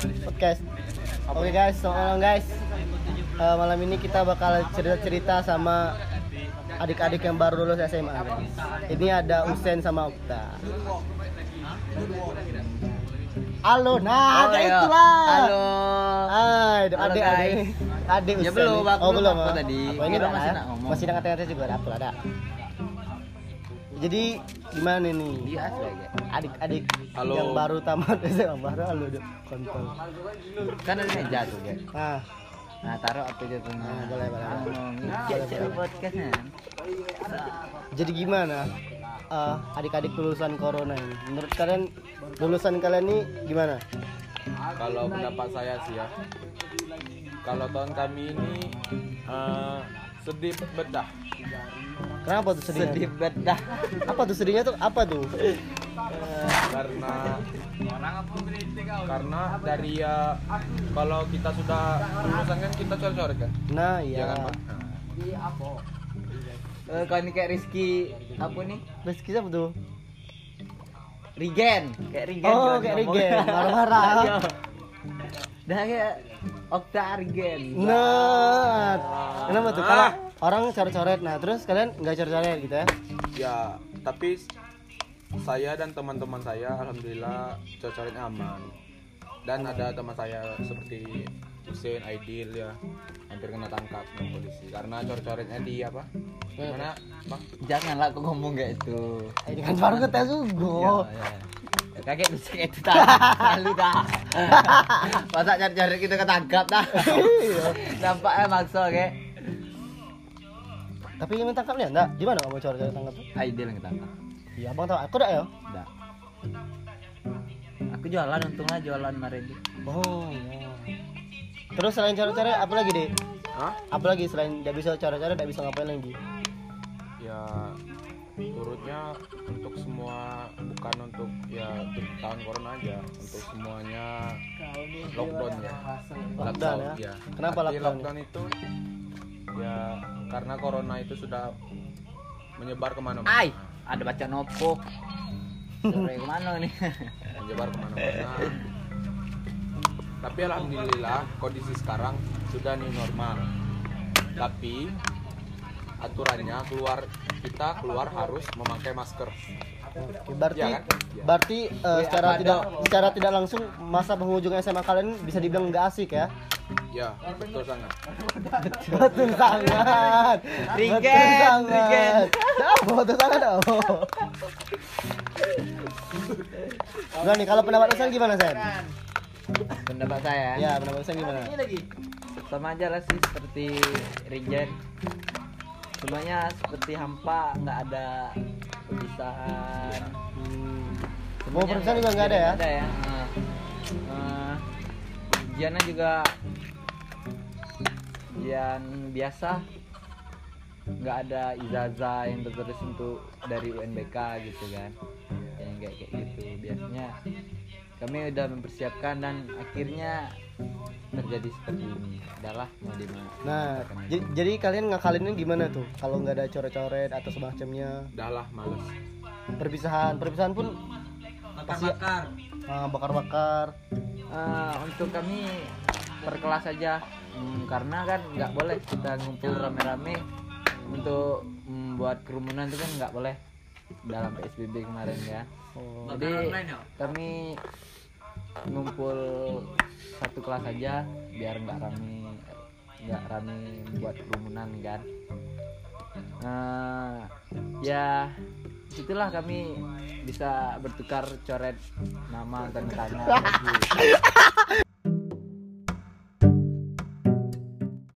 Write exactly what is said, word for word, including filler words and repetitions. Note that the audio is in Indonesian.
podcast. Oke okay guys, selamat malam guys. Uh, malam ini kita bakal cerita-cerita sama adik-adik yang baru lulus S M A. Ini ada Usen sama Okta. Halo, nah, oh, kayak itulah. Halo. Hai, adik adik. Adik Usen. Ya belum, aku oh, belum. Aku tadi. Oh, ini masih ada. nak ngomong. Masih ada kata-kata juga ada, ada. Jadi gimana nih? Iya, aja. Adik-adik Halo. yang baru tamat S M A baru halo deh kontol. Kan ada meja tuh, ya. Nah, Nah, taruh apa aja tuh. Nah, boleh, boleh, boleh. Ngecek cek podcastnya. jadi gimana uh, adik-adik lulusan corona ini? Menurut kalian lulusan kalian ini gimana? Kalau pendapat saya sih ya, kalau tahun kami ini uh, sedih bedah. Kenapa tuh sedihnya? Sedih bedah. Apa tuh sedihnya tuh? Apa tuh? Karena karena dari ya kalau kita sudah lulusan kan kita coret-coret kan. Nah, iya. Jangan Pak. Eh, kalau ini kayak Rizky apa nih? Rizky siapa tuh? Rigen, kayak Rigen. Oh, kalau kayak ngomong. Rigen, marah-marah. Iya. Dah kayak Okta Rigen. Nah, kenapa tuh? Kalau orang coret-coret, nah terus kalian nggak coret-coret gitu ya? Ya, tapi saya dan teman-teman saya alhamdulillah coret-coretnya aman. Dan ada teman saya seperti Hussein, Aidil ya hampir kena tangkap sama polisi karena coret-coretnya di apa? Mana, Bang? Janganlah aku ngomong kayak itu. Ini kan baru kita juga. Ya, ya. Kakek bisa kayak itu dah. Lalu dah. Masa cari-cari kita ketangkap dah. Nampaknya maksa kayak. Tapi yang tangkapnya enggak? Gimana kamu coret-coret tangkap tuh? Aidil yang ketangkap. Iya, Bang tahu. Aku enggak ya? Enggak. Aku jualan, untungnya jualan kemarin. Oh, iya. Terus selain coret-coret apa lagi, Dek? Hah? Apa lagi selain tidak bisa coret-coret, tidak bisa ngapain lagi? Ya turutnya untuk semua, bukan untuk ya untuk tahun corona aja, untuk semuanya lockdown ya. Lockdown ya? Kenapa Arti lockdown? lockdown itu ya karena corona itu sudah menyebar kemana-mana. Ai, ada baca nopo. Sore kemana nih? Menyebar kemana-mana. Tapi alhamdulillah kondisi sekarang sudah new normal. Tapi aturannya keluar kita keluar harus memakai masker. Oke, berarti Ya kan? Ya. berarti uh, Ya, secara apa tidak dong? secara tidak langsung masa penghujung S M A kalian bisa dibilang nggak asik ya? Ya, betul sangat. Betul sangat. Rigen, Betul sangat. Rigen. Oh, betul sangat. Oh. Nah nih, kalau pendapat Usan gimana, Sen? Pendapat saya. Ya, pendapat Usan gimana? Sama aja lah sih seperti Rigen. Semuanya seperti hampa, nggak ada perpisahan. Hmm. Semuanya Oh, perpisahan juga nggak ada ya? Nggak ada ya. Nah, eh, ujiannya juga ujian biasa, nggak ada ijazah yang tertulis untuk dari U N B K gitu kan, yang kayak kayak gitu. Biasanya kami udah mempersiapkan dan akhirnya terjadi seperti ini. Adalah mau di mana. Nah, jadi, jadi kalian ngakalinnya gimana tuh? Kalau nggak ada coret-coret atau semacamnya, Dah lah males. perpisahan, perpisahan pun bakar-bakar. ah, bakar-bakar. Eh, untuk kami per kelas aja. Hmm, karena kan nggak boleh kita ngumpul rame-rame untuk membuat kerumunan itu kan nggak boleh dalam P S B B kemarin ya. Oh. Jadi kami ngumpul satu kelas aja biar nggak rame nggak rame buat kerumunan kan. Nah, ya itulah kami bisa bertukar coret nama dan tangan.